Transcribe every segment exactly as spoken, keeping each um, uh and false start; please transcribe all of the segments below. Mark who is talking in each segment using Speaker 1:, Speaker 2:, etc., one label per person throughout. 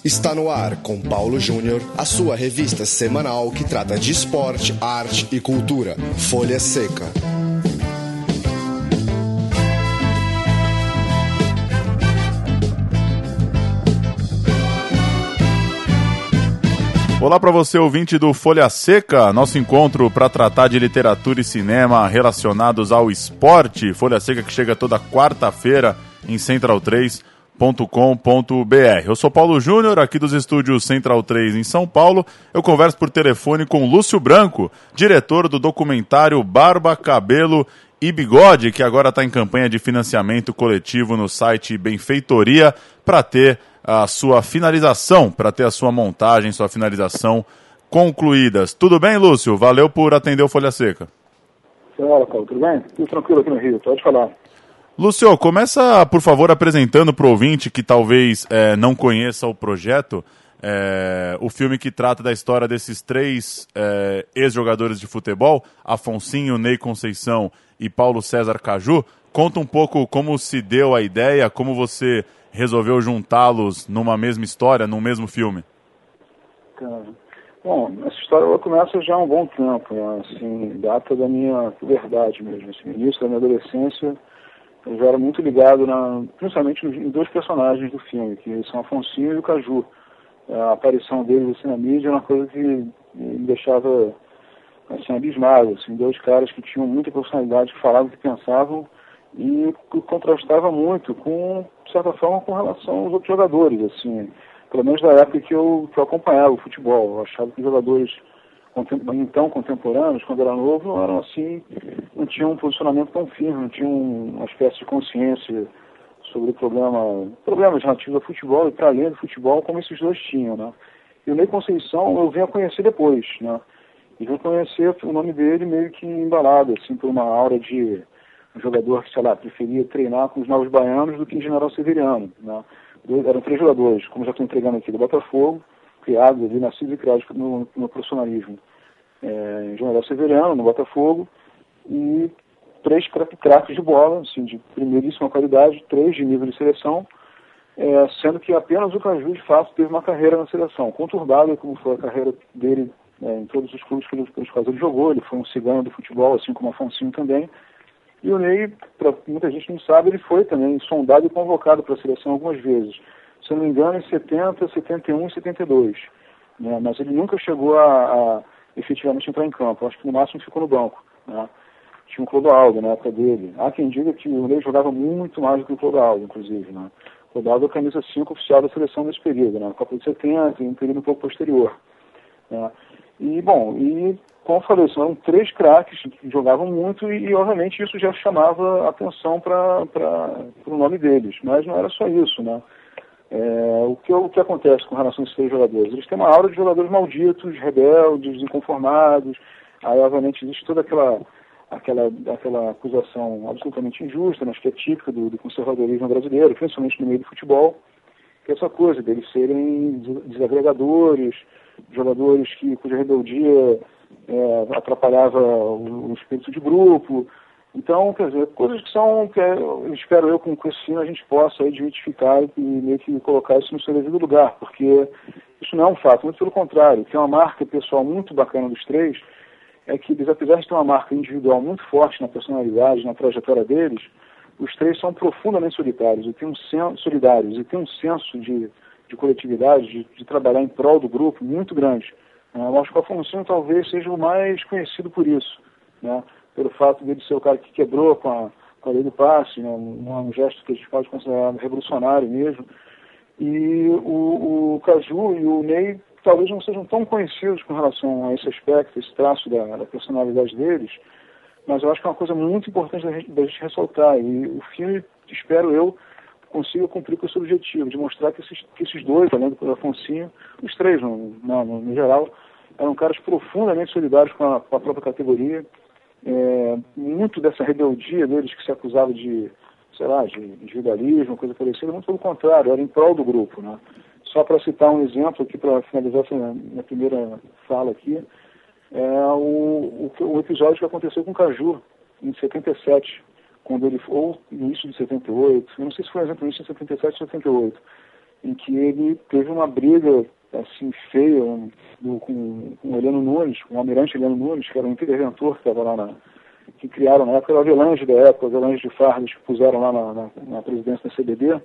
Speaker 1: Está no ar, com Paulo Júnior, a sua revista semanal que trata de esporte, arte e cultura. Folha Seca.
Speaker 2: Olá para você, ouvinte do Folha Seca, nosso encontro para tratar de literatura e cinema relacionados ao esporte. Folha Seca que chega toda quarta-feira em central três ponto com ponto b r. Eu sou Paulo Júnior, aqui dos estúdios Central três em São Paulo. Eu converso por telefone com Lúcio Branco, diretor do documentário Barba, Cabelo e Bigode, que agora está em campanha de financiamento coletivo no site Benfeitoria para ter a sua finalização, para ter a sua montagem, sua finalização concluídas. Tudo bem, Lúcio? Valeu por atender o Folha Seca.
Speaker 3: Fala, Paulo, tudo bem? Tudo tranquilo aqui no Rio, pode falar.
Speaker 2: Lúcio, começa, por favor, apresentando para o ouvinte que talvez é, não conheça o projeto, é, o filme que trata da história desses três é, ex-jogadores de futebol, Afonsinho, Ney Conceição e Paulo César Caju. Conta um pouco como se deu a ideia, como você resolveu juntá-los numa mesma história, num mesmo filme.
Speaker 3: Bom, essa história ela começa já há um bom tempo, né? Assim, data da minha puberdade mesmo, assim, início da minha adolescência. Eu já era muito ligado, na, principalmente em dois personagens do filme, que são Afonsinho e o Caju. A aparição deles assim, na mídia é uma coisa que me deixava assim, abismado. Assim, dois caras que tinham muita personalidade, que falavam o que pensavam e que contrastava muito, com, de certa forma, com relação aos outros jogadores. Assim, pelo menos da época que eu, que eu acompanhava o futebol. Eu achava que os jogadores então contemporâneos, quando era novo, não eram assim, não tinham um posicionamento tão firme, não tinham uma espécie de consciência sobre o problema, problemas relativos ao futebol e para além do futebol, como esses dois tinham, né? E o Ney Conceição eu vim a conhecer depois, né? E vim conhecer o nome dele meio que embalado, assim, por uma aura de um jogador que, sei lá, preferia treinar com os Novos Baianos do que em General Severiano, né? Dois, eram três jogadores, como já estou entregando aqui, do Botafogo, criados ali, nascidos e criados no, no profissionalismo é, em General Severiano, no Botafogo, e três craques de bola, assim, de primeiríssima qualidade, três de nível de seleção, é, sendo que apenas o Caju, de fato, teve uma carreira na seleção, conturbada, como foi a carreira dele é, em todos os clubes pelos, pelos quais ele jogou. Ele foi um cigano do futebol, assim como o Afonsinho também. E o Ney, pra, muita gente não sabe, ele foi também sondado e convocado para a seleção algumas vezes. Se eu não me engano, em setenta, setenta e um e setenta e dois. Né? Mas ele nunca chegou a, a efetivamente entrar em campo. Acho que no máximo ficou no banco. Né? Tinha um Clodoaldo na época dele. Há quem diga que o Ney jogava muito mais do que o Clodoaldo, inclusive. Né? O Clodoaldo é a camisa cinco oficial da seleção nesse período, né? Copa de setenta e um período um pouco posterior. Né? E, bom, e como eu falei, são três craques que jogavam muito e, e obviamente, isso já chamava atenção para o nome deles. Mas não era só isso, né? É, o, que, o que acontece com relação a esses três jogadores? Eles têm uma aura de jogadores malditos, rebeldes, inconformados. Aí, obviamente, existe toda aquela, aquela, aquela acusação absolutamente injusta, mas que é típica do, do conservadorismo brasileiro, principalmente no meio do futebol, que é essa coisa deles serem desagregadores, jogadores que, cuja rebeldia é, atrapalhava o, o espírito de grupo. Então, quer dizer, coisas que são, que eu espero eu com esse filme a gente possa aí desmitificar e meio que colocar isso no seu devido lugar, porque isso não é um fato, muito pelo contrário. Que é uma marca pessoal muito bacana dos três, é que eles, apesar de ter uma marca individual muito forte na personalidade, na trajetória deles, os três são profundamente solitários e têm um senso, solidários e têm um senso de, de coletividade, de, de trabalhar em prol do grupo muito grande. Eu acho que o Afonso talvez seja o mais conhecido por isso, né? Pelo fato dele ser o cara que quebrou com a, com a lei do passe, né? um, um gesto que a gente pode considerar revolucionário mesmo. E o, o Caju e o Ney talvez não sejam tão conhecidos com relação a esse aspecto, esse traço da, da personalidade deles, mas eu acho que é uma coisa muito importante da gente, da gente ressaltar. E o filme, espero eu, consiga cumprir com esse objetivo, de mostrar que esses, que esses dois, além do Afonsinho, os três, no, no, no geral, eram caras profundamente solidários com a, com a própria categoria. É, muito dessa rebeldia deles que se acusava de, sei lá, de individualismo, coisa parecida, muito pelo contrário, era em prol do grupo, né? Só para citar um exemplo aqui, para finalizar essa minha primeira fala aqui, é o, o, o episódio que aconteceu com o Caju, em setenta e sete, quando ele, ou no início de setenta e oito, eu não sei se foi um exemplo início de setenta e sete ou setenta e oito, em que ele teve uma briga assim feia um, do, com, com o Heleno Nunes, com o almirante Heleno Nunes, que era um interventor que estava lá na... que criaram na época, era o Avelange da época, os Avelange de Fardas que puseram lá na, na, na presidência da C B D,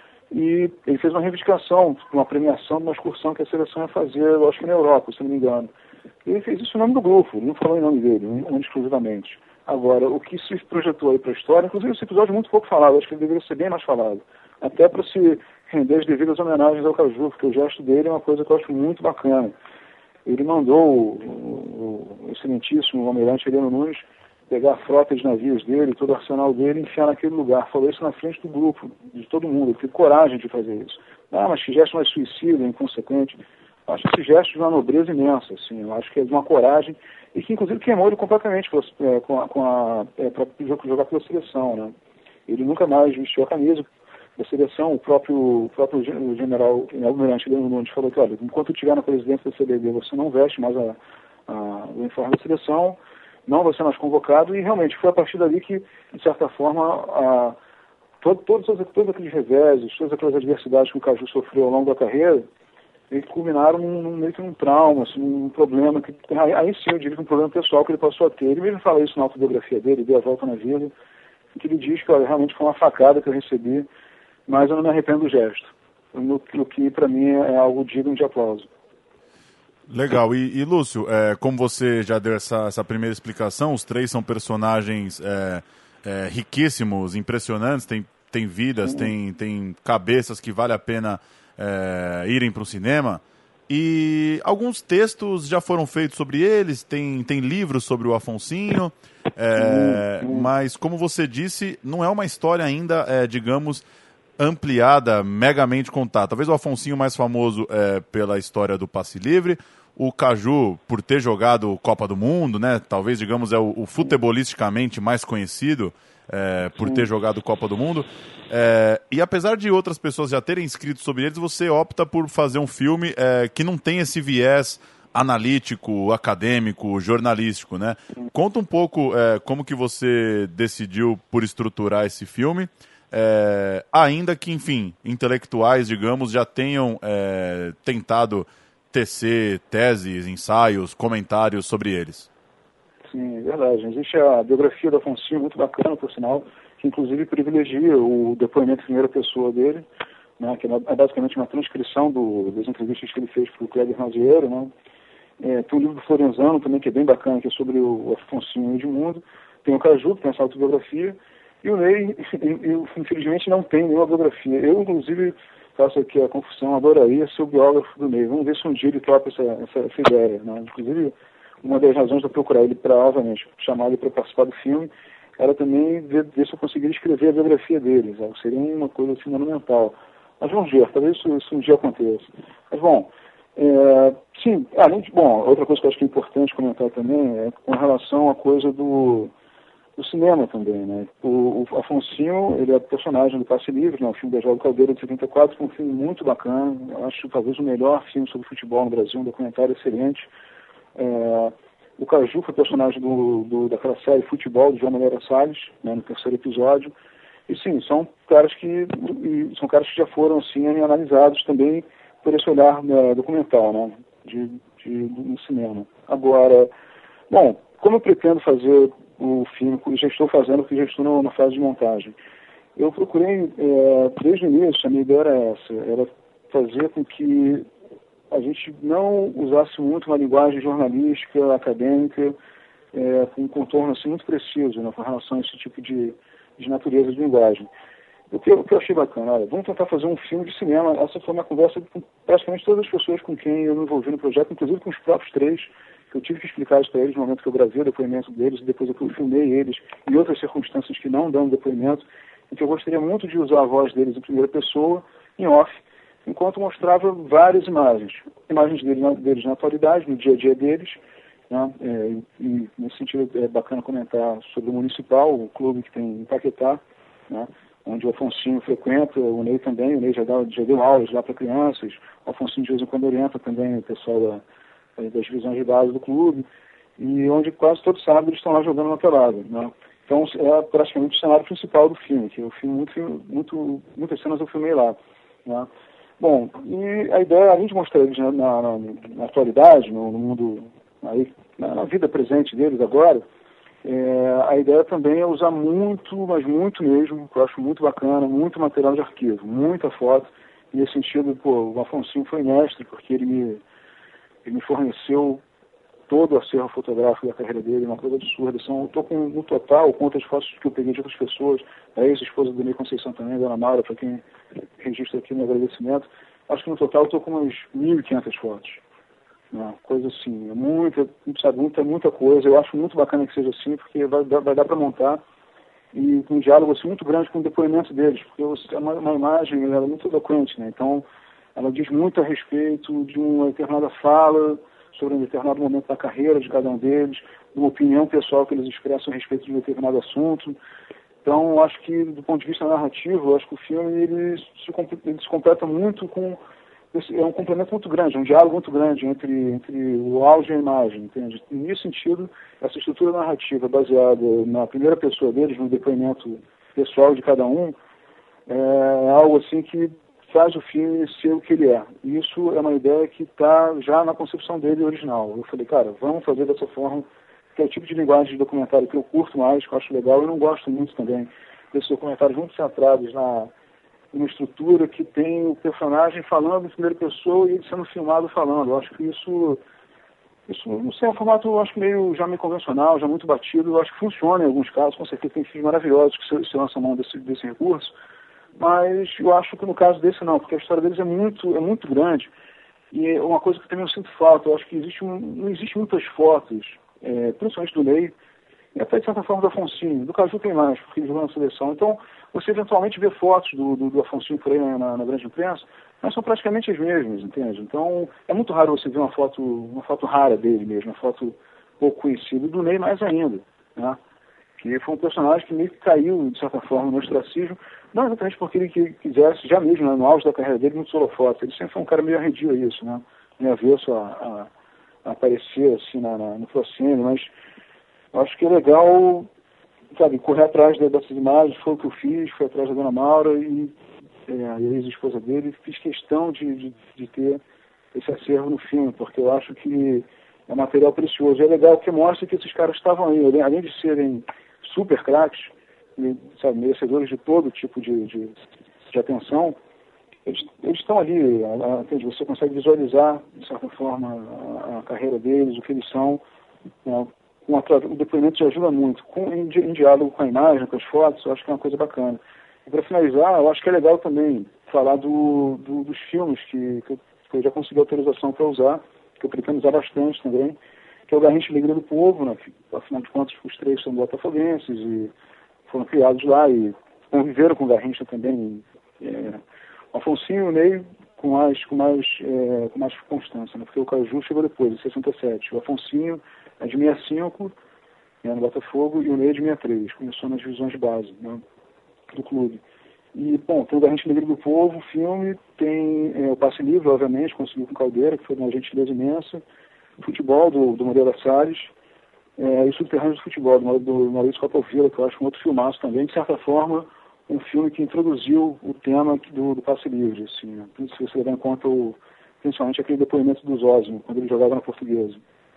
Speaker 3: e ele fez uma reivindicação, uma premiação de uma excursão que a seleção ia fazer, eu acho que na Europa, se não me engano. Ele fez isso em nome do grupo, ele não falou em nome dele, um, exclusivamente. Agora, o que se projetou aí para a história, inclusive esse episódio é muito pouco falado, acho que ele deveria ser bem mais falado, até para se render as devidas homenagens ao Caju, porque o gesto dele é uma coisa que eu acho muito bacana. Ele mandou o, o, o excelentíssimo almirante Heleno Nunes pegar a frota de navios dele, todo o arsenal dele e enfiar naquele lugar. Falou isso na frente do grupo, de todo mundo. Ele teve coragem de fazer isso. Ah, mas que gesto mais suicida, inconsequente. Eu acho esse gesto de uma nobreza imensa, assim. Eu acho que é de uma coragem e que, inclusive, queimou ele completamente é, com a, com a, é, para jogar pela seleção, né? Ele nunca mais vestiu a camisa da seleção. O próprio, o próprio general, o almirante Heleno Nunes falou que, olha, enquanto eu estiver na presidência da C B D, você não veste mais a, a, o uniforme da seleção, não vai ser mais convocado, e realmente foi a partir dali que, de certa forma, a, todo, todos, todos aqueles reveses, todas aquelas adversidades que o Caju sofreu ao longo da carreira, eles culminaram num, num, meio que num trauma, assim, um problema, que aí, aí sim eu diria que um problema pessoal que ele passou a ter. Ele mesmo fala isso na autobiografia dele, deu a volta na vida, que ele diz que olha, realmente foi uma facada que eu recebi, mas eu não me arrependo do gesto, no, no que para mim é algo digno de aplauso.
Speaker 2: Legal. E, e Lúcio, é, como você já deu essa, essa primeira explicação, os três são personagens é, é, riquíssimos, impressionantes, tem, tem vidas, uhum. tem, tem cabeças que vale a pena é, irem para o cinema. E alguns textos já foram feitos sobre eles, tem, tem livros sobre o Afonsinho, é, uhum. mas como você disse, não é uma história ainda, é, digamos, ampliada, megamente contada. Talvez o Afonsinho mais famoso é, pela história do passe livre, o Caju por ter jogado Copa do Mundo, né? Talvez, digamos, é o, o futebolisticamente mais conhecido é, por ter jogado Copa do Mundo. É, e apesar de outras pessoas já terem escrito sobre eles, você opta por fazer um filme é, que não tem esse viés analítico, acadêmico, jornalístico, né? Conta um pouco é, como que você decidiu por estruturar esse filme. É, ainda que, enfim, intelectuais, digamos, já tenham é, tentado tecer teses, ensaios, comentários sobre eles.
Speaker 3: Sim, é verdade. Existe a biografia do Afonsinho, muito bacana, por sinal, que inclusive privilegia o depoimento em primeira pessoa dele, né, que é basicamente uma transcrição do, das entrevistas que ele fez para o Kleber Mazieiro, né. É, tem um livro do Florenzano também, que é bem bacana, que é sobre o Afonsinho e Edmundo. Tem o Caju, que tem essa autobiografia. E o Ney, eu, infelizmente, não tem nenhuma biografia. Eu, inclusive, faço aqui a confusão, adoraria ser o biógrafo do Ney. Vamos ver se um dia ele topa essa, essa, essa ideia, né? Inclusive, uma das razões de eu procurar ele para, obviamente, chamar ele para participar do filme, era também ver, ver se eu conseguiria escrever a biografia dele. Sabe? Seria uma coisa assim, monumental. Mas vamos ver, talvez isso, isso um dia aconteça. Mas, bom, é, sim, além de, bom, outra coisa que eu acho que é importante comentar também é com relação à coisa do... do cinema também, né? O, o Afonsinho, ele é personagem do Passe Livre, né? O filme da João Caldeira de setenta e quatro, que é um filme muito bacana. Eu acho talvez o melhor filme sobre futebol no Brasil, um documentário excelente. É, o Caju foi personagem do, do, daquela série Futebol, do João Moreira Salles, né? No terceiro episódio. E sim, são caras que são caras que já foram assim analisados também por esse olhar, né, documental, né? De, de, no cinema. Agora, bom, como eu pretendo fazer o filme, já estou fazendo, porque já estou na fase de montagem. Eu procurei, é, desde o início, a minha ideia era essa, era fazer com que a gente não usasse muito uma linguagem jornalística, acadêmica, é, com um contorno assim, muito preciso, né, com relação a esse tipo de, de natureza de linguagem. O que, eu, o que eu achei bacana, olha, vamos tentar fazer um filme de cinema. Essa foi uma conversa com praticamente todas as pessoas com quem eu me envolvi no projeto, inclusive com os próprios três, que eu tive que explicar isso para eles no momento que eu gravei o depoimento deles, e depois eu filmei eles em outras circunstâncias que não dão depoimento, em que eu gostaria muito de usar a voz deles em primeira pessoa, em off, enquanto mostrava várias imagens. Imagens deles na, deles na atualidade, no dia a dia deles, né? É, e nesse sentido é bacana comentar sobre o Municipal, o clube que tem em Paquetá, né? Onde o Afonsinho frequenta, o Ney também, o Ney já, dá, já deu aulas lá para crianças, o Afonsinho de vez em quando orienta também o pessoal da, das divisões de base do clube, e onde quase todo sábado eles estão lá jogando na pelada, né? Então é praticamente o cenário principal do filme, que o filme, muito, muito, muitas cenas eu filmei lá, né? Bom, e a ideia, além de mostrar eles na, na, na atualidade, no, no mundo, aí, na, na vida presente deles agora, é, a ideia também é usar muito, mas muito mesmo, que eu acho muito bacana, muito material de arquivo, muita foto. E nesse sentido, pô, o Afonsinho foi mestre, porque ele me, ele me forneceu todo o acervo fotográfico da carreira dele, uma coisa absurda. São, eu estou com, no total, contas fotos que eu peguei de outras pessoas, a ex-esposa do Ney Conceição também, a Dona Maura, para quem registra aqui no agradecimento. Acho que no total eu estou com umas mil e quinhentas fotos. Né? Coisa assim, é muita, sabe, muita, muita coisa. Eu acho muito bacana que seja assim, porque vai, vai dar para montar e com um diálogo assim, muito grande com o depoimento deles, porque é uma, uma imagem, ela é muito eloquente, né? Então, ela diz muito a respeito de uma determinada fala, sobre um determinado momento da carreira de cada um deles, uma opinião pessoal que eles expressam a respeito de um determinado assunto. Então, eu acho que, do ponto de vista narrativo, eu acho que o filme ele se, ele se completa muito com... É um complemento muito grande, é um diálogo muito grande entre, entre o áudio e a imagem, entende? E, nesse sentido, essa estrutura narrativa baseada na primeira pessoa deles, no depoimento pessoal de cada um, é algo assim que faz o filme ser o que ele é. E isso é uma ideia que está já na concepção dele original. Eu falei, cara, vamos fazer dessa forma, que é o tipo de linguagem de documentário que eu curto mais, que eu acho legal. Eu não gosto muito também desses documentários muito centrados na uma estrutura que tem o personagem falando em primeira pessoa e ele sendo filmado falando. Eu acho que isso, isso não sei, é um formato eu acho meio, já meio convencional, já muito batido. Eu acho que funciona em alguns casos, com certeza tem filmes maravilhosos que se, se lançam mão desse, desse recurso. Mas eu acho que no caso desse não, porque a história deles é muito, é muito grande. E é uma coisa que também eu sinto falta, eu acho que existe um, não existe muitas fotos, é, principalmente do Ney, e até de certa forma do Afonsinho. Do Caju tem mais, porque ele jogou na seleção. Então, você eventualmente vê fotos do, do, do Afonsinho por aí na, na, na grande imprensa, mas são praticamente as mesmas, entende? Então, é muito raro você ver uma foto, uma foto rara dele mesmo, uma foto pouco conhecida, do Ney mais ainda, né? Que foi um personagem que meio que caiu, de certa forma, no ostracismo, não exatamente porque ele quisesse, já mesmo, né, no auge da carreira dele, muito holofote. Ele sempre foi um cara meio arredio a isso, né? Meio avesso a, a, a aparecer, assim, na, na, no proscênio, mas eu acho que é legal, sabe, correr atrás dessas imagens, foi o que eu fiz, fui atrás da Dona Maura e é, a ex-esposa dele, fiz questão de, de, de ter esse acervo no filme, porque eu acho que é um material precioso. E é legal porque mostra que esses caras estavam aí, além de serem super craques, sabe, merecedores de todo tipo de, de, de atenção, eles, eles estão ali, a, a, entende? Você consegue visualizar, de certa forma, a, a carreira deles, o que eles são. Né? Um, o depoimento já ajuda muito. Com, em, em diálogo com a imagem, com as fotos, eu acho que é uma coisa bacana. E para finalizar, eu acho que é legal também falar do, do, dos filmes que, que, eu, que eu já consegui autorização para usar, que eu pretendo usar bastante também, que é o Garrincha Alegria do Povo, né? Afinal de contas, os três são botafoguenses e foram criados lá e conviveram com o Garrincha também. É, o Afonsinho e o Ney com mais, com mais, é, com mais constância, né? Porque o Caju chegou depois, em sessenta e sete. O Afonsinho é de sessenta e cinco, né, no Botafogo, e o Ney é de sessenta e três. Começou nas divisões de base, né, do clube. E, bom, tem o Garrincha Alegria do Povo, o filme, tem é, o Passe Livre, obviamente, conseguiu com Caldeira, que foi uma gentileza imensa. O Futebol, do, do Moreira Salles, é, e o Subterrâneo do Futebol, do, do Maurício Coppola, que eu acho um outro filmaço também, de certa forma, um filme que introduziu o tema do, do Passe Livre, assim, né? Se você levar em conta, o, principalmente aquele depoimento do Zósimo, quando ele jogava na Portuguesa.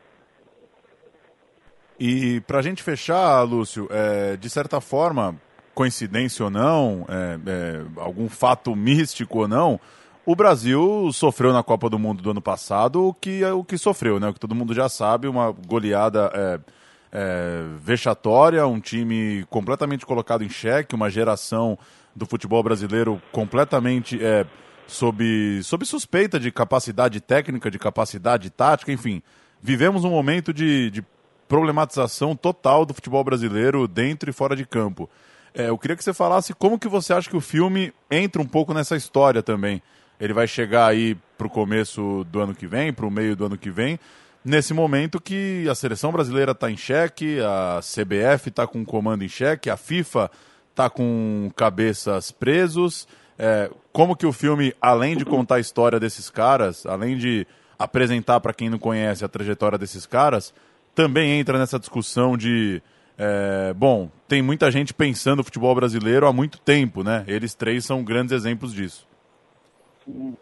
Speaker 2: E pra gente fechar, Lúcio, é, de certa forma, coincidência ou não, é, é, algum fato místico ou não, o Brasil sofreu na Copa do Mundo do ano passado o que, o que sofreu, né? O que todo mundo já sabe, uma goleada é, é, vexatória, um time completamente colocado em xeque, uma geração do futebol brasileiro completamente é, sob, sob suspeita de capacidade técnica, de capacidade tática, enfim. Vivemos um momento de, de problematização total do futebol brasileiro dentro e fora de campo. É, eu queria que você falasse como que você acha que o filme entra um pouco nessa história também. Ele vai chegar aí para o começo do ano que vem, para o meio do ano que vem, nesse momento que a seleção brasileira está em xeque, a C B F está com o comando em xeque, a FIFA está com cabeças presos. É, como que o filme, além de contar a história desses caras, além de apresentar para quem não conhece a trajetória desses caras, também entra nessa discussão de... É, bom, tem muita gente pensando no futebol brasileiro há muito tempo, né? Eles três são grandes exemplos disso.
Speaker 3: Sim.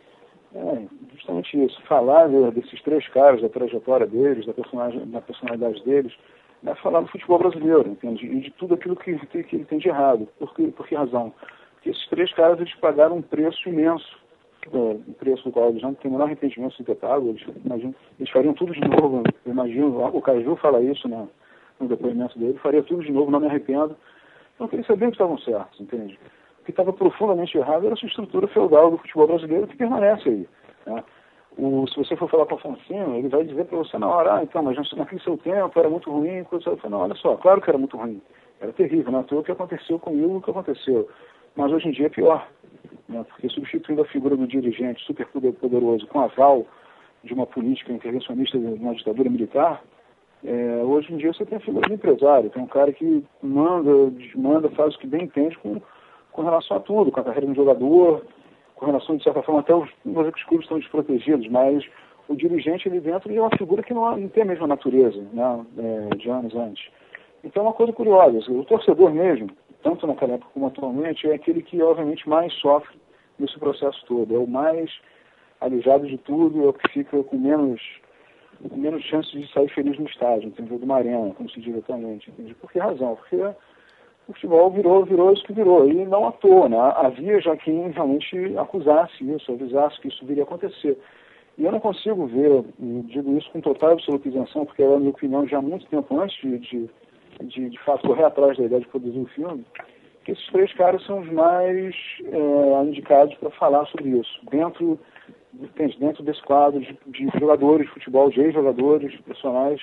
Speaker 3: É, justamente isso. Falar de, desses três caras, da trajetória deles, da, personagem, da personalidade deles, é falar do futebol brasileiro, entende? E de tudo aquilo que, que, que ele tem de errado. Por que, por que razão? Porque esses três caras, eles pagaram um preço imenso, é, um preço do qual eles não têm o menor arrependimento de ter pago. Eles, imagino, eles fariam tudo de novo. Eu imagino, o Caju fala isso na, no depoimento dele, faria tudo de novo, não me arrependo. Então, eles sabiam que estavam certos, entende? O que estava profundamente errado era essa estrutura feudal do futebol brasileiro que permanece aí, né? O, se você for falar com o Afonsinho, ele vai dizer para você na hora, ah, então, mas naquele seu tempo era muito ruim, coisa. Eu falo, não, olha só, claro que era muito ruim, era terrível, não é o que aconteceu comigo, o que aconteceu, mas hoje em dia é pior, né? Porque substituindo a figura do dirigente super poderoso com aval de uma política intervencionista de uma ditadura militar, é, hoje em dia você tem a figura do empresário, tem um cara que manda, manda, faz o que bem entende com, com relação a tudo, com a carreira do jogador, com relação, de certa forma, até os, os clubes estão desprotegidos, mas o dirigente ali dentro é uma figura que não, não tem a mesma natureza, né, é, de anos antes. Então é uma coisa curiosa, o torcedor mesmo, tanto naquela época como atualmente, é aquele que, obviamente, mais sofre nesse processo todo, é o mais alijado de tudo, é o que fica com menos, com menos chances de sair feliz no estádio, entendeu? De uma arena, como se diz atualmente, entende? Por que razão? Porque o futebol virou, virou isso que virou, e não à toa, né? Havia já quem realmente acusasse isso, avisasse que isso viria a acontecer. E eu não consigo ver, e digo isso com total absolutização, porque era a minha opinião já há muito tempo antes de, de, de, de fato, correr atrás da ideia de produzir o filme, que esses três caras são os mais é, indicados para falar sobre isso, dentro, dentro desse quadro de, de jogadores de futebol, de ex-jogadores, profissionais,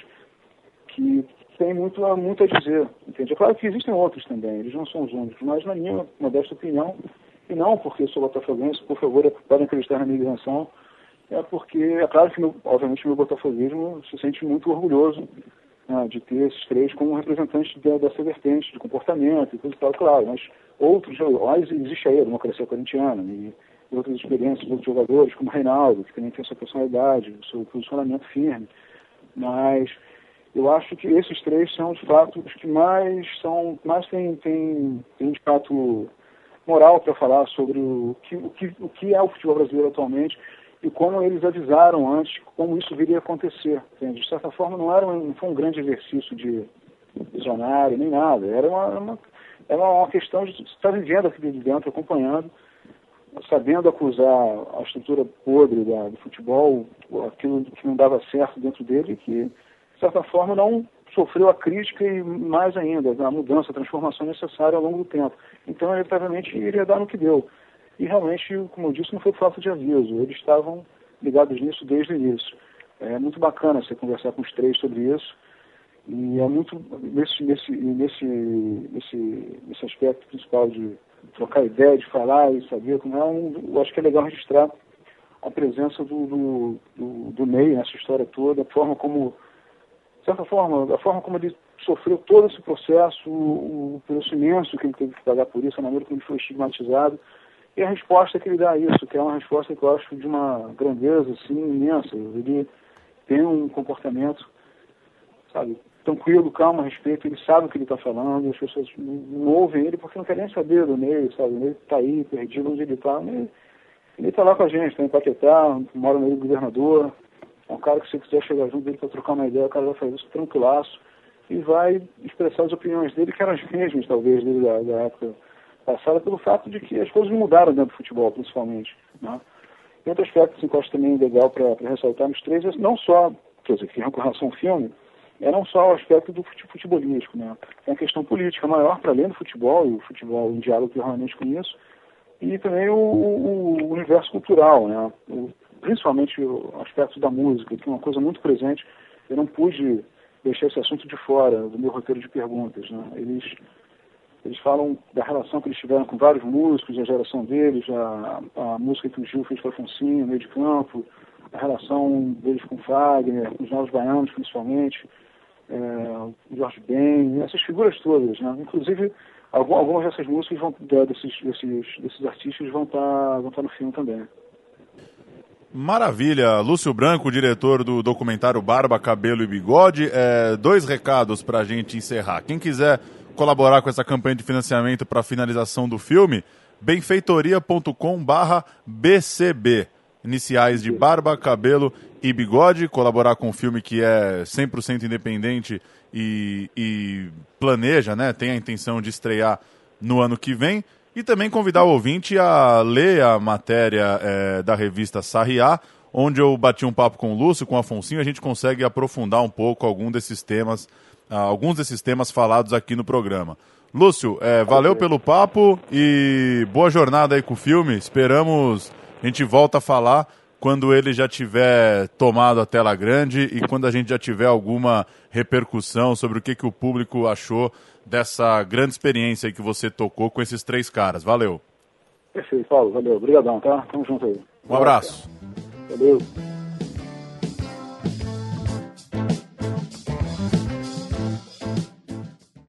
Speaker 3: que tem muito, muito a dizer, entende? É claro que existem outros também, eles não são os únicos, mas na minha modesta opinião, e não porque sou botafoguense, por favor, podem acreditar na minha isenção, é porque, é claro que, meu, obviamente, o meu botafoguismo se sente muito orgulhoso, né, de ter esses três como representantes de, dessa vertente, de comportamento e coisa e tal, claro, mas outros, mas existe aí a democracia corintiana e outras experiências de outros jogadores, como o Reinaldo, que também tem sua personalidade, seu posicionamento firme, mas eu acho que esses três são os fatos que mais são, mais tem, tem, tem de fato moral para falar sobre o que, o, que, o que é o futebol brasileiro atualmente e como eles avisaram antes como isso viria a acontecer. Entende? De certa forma não, era um, não foi um grande exercício de visionário nem nada, era uma, uma, era uma questão de estar vivendo aqui de dentro, acompanhando, sabendo acusar a estrutura podre da, do futebol, aquilo que não dava certo dentro dele, que de certa forma, não sofreu a crítica e, mais ainda, a mudança, a transformação necessária ao longo do tempo. Então, ele, provavelmente, iria dar no que deu. E, realmente, como eu disse, não foi falta de aviso. Eles estavam ligados nisso desde o início. É muito bacana você conversar com os três sobre isso. E é muito, nesse, nesse, nesse, nesse, nesse aspecto principal de trocar ideia, de falar e saber como é, um, eu acho que é legal registrar a presença do, do, do, do Ney nessa história toda, a forma como de certa forma, a forma como ele sofreu todo esse processo, o, o preço imenso que ele teve que pagar por isso, a maneira como ele foi estigmatizado, e a resposta que ele dá a isso, que é uma resposta que eu acho de uma grandeza assim, imensa. Ele tem um comportamento, sabe, tranquilo, calmo a respeito, ele sabe o que ele está falando, as pessoas não ouvem ele porque não querem saber do Ney, sabe, o Ney está aí, perdido onde ele está, ele está lá com a gente, está em Paquetá, mora no Rio do Governador. É um cara que, se quiser chegar junto dele para trocar uma ideia, o cara vai fazer isso tranquilaço e vai expressar as opiniões dele, que eram as mesmas, talvez, dele da, da época passada, pelo fato de que as coisas mudaram dentro do futebol, principalmente, né? E outro aspecto assim, que eu acho também legal para ressaltar nos três, é não só, quer dizer, que com relação ao filme, é não só o aspecto do futebolístico, né? É uma questão política maior, para além do futebol, e o futebol em diálogo permanente com isso, e também o, o, o universo cultural, né? O, principalmente o aspecto da música, que é uma coisa muito presente. Eu não pude deixar esse assunto de fora do meu roteiro de perguntas, né? Eles, eles falam da relação que eles tiveram com vários músicos, a geração deles, a, a música que o Gil fez para Afonsinho, meio de campo, a relação deles com Fagner, com os Novos Baianos, principalmente, é, o Jorge Ben, essas figuras todas, né? Inclusive, algum, algumas dessas músicas, vão, desses, desses, desses artistas vão estar vão estar no filme também.
Speaker 2: Maravilha. Lúcio Branco, diretor do documentário Barba, Cabelo e Bigode. É, dois recados para a gente encerrar. Quem quiser colaborar com essa campanha de financiamento para a finalização do filme, benfeitoria ponto com barra B C B. iniciais de barba, cabelo e bigode, colaborar com um filme que é cem por cento independente e, e planeja, né, tem a intenção de estrear no ano que vem, e também convidar o ouvinte a ler a matéria é, da revista Sarriá, onde eu bati um papo com o Lúcio, com o Afonsinho, a gente consegue aprofundar um pouco algum desses temas, uh, alguns desses temas falados aqui no programa. Lúcio, é, valeu pelo papo e boa jornada aí com o filme. Esperamos, a gente volta a falar quando ele já tiver tomado a tela grande e quando a gente já tiver alguma repercussão sobre o que, que o público achou dessa grande experiência aí que você tocou com esses três caras. Valeu.
Speaker 3: Perfeito, Paulo. Valeu. Obrigadão, tá? Tamo junto aí.
Speaker 2: Um abraço.
Speaker 3: Valeu.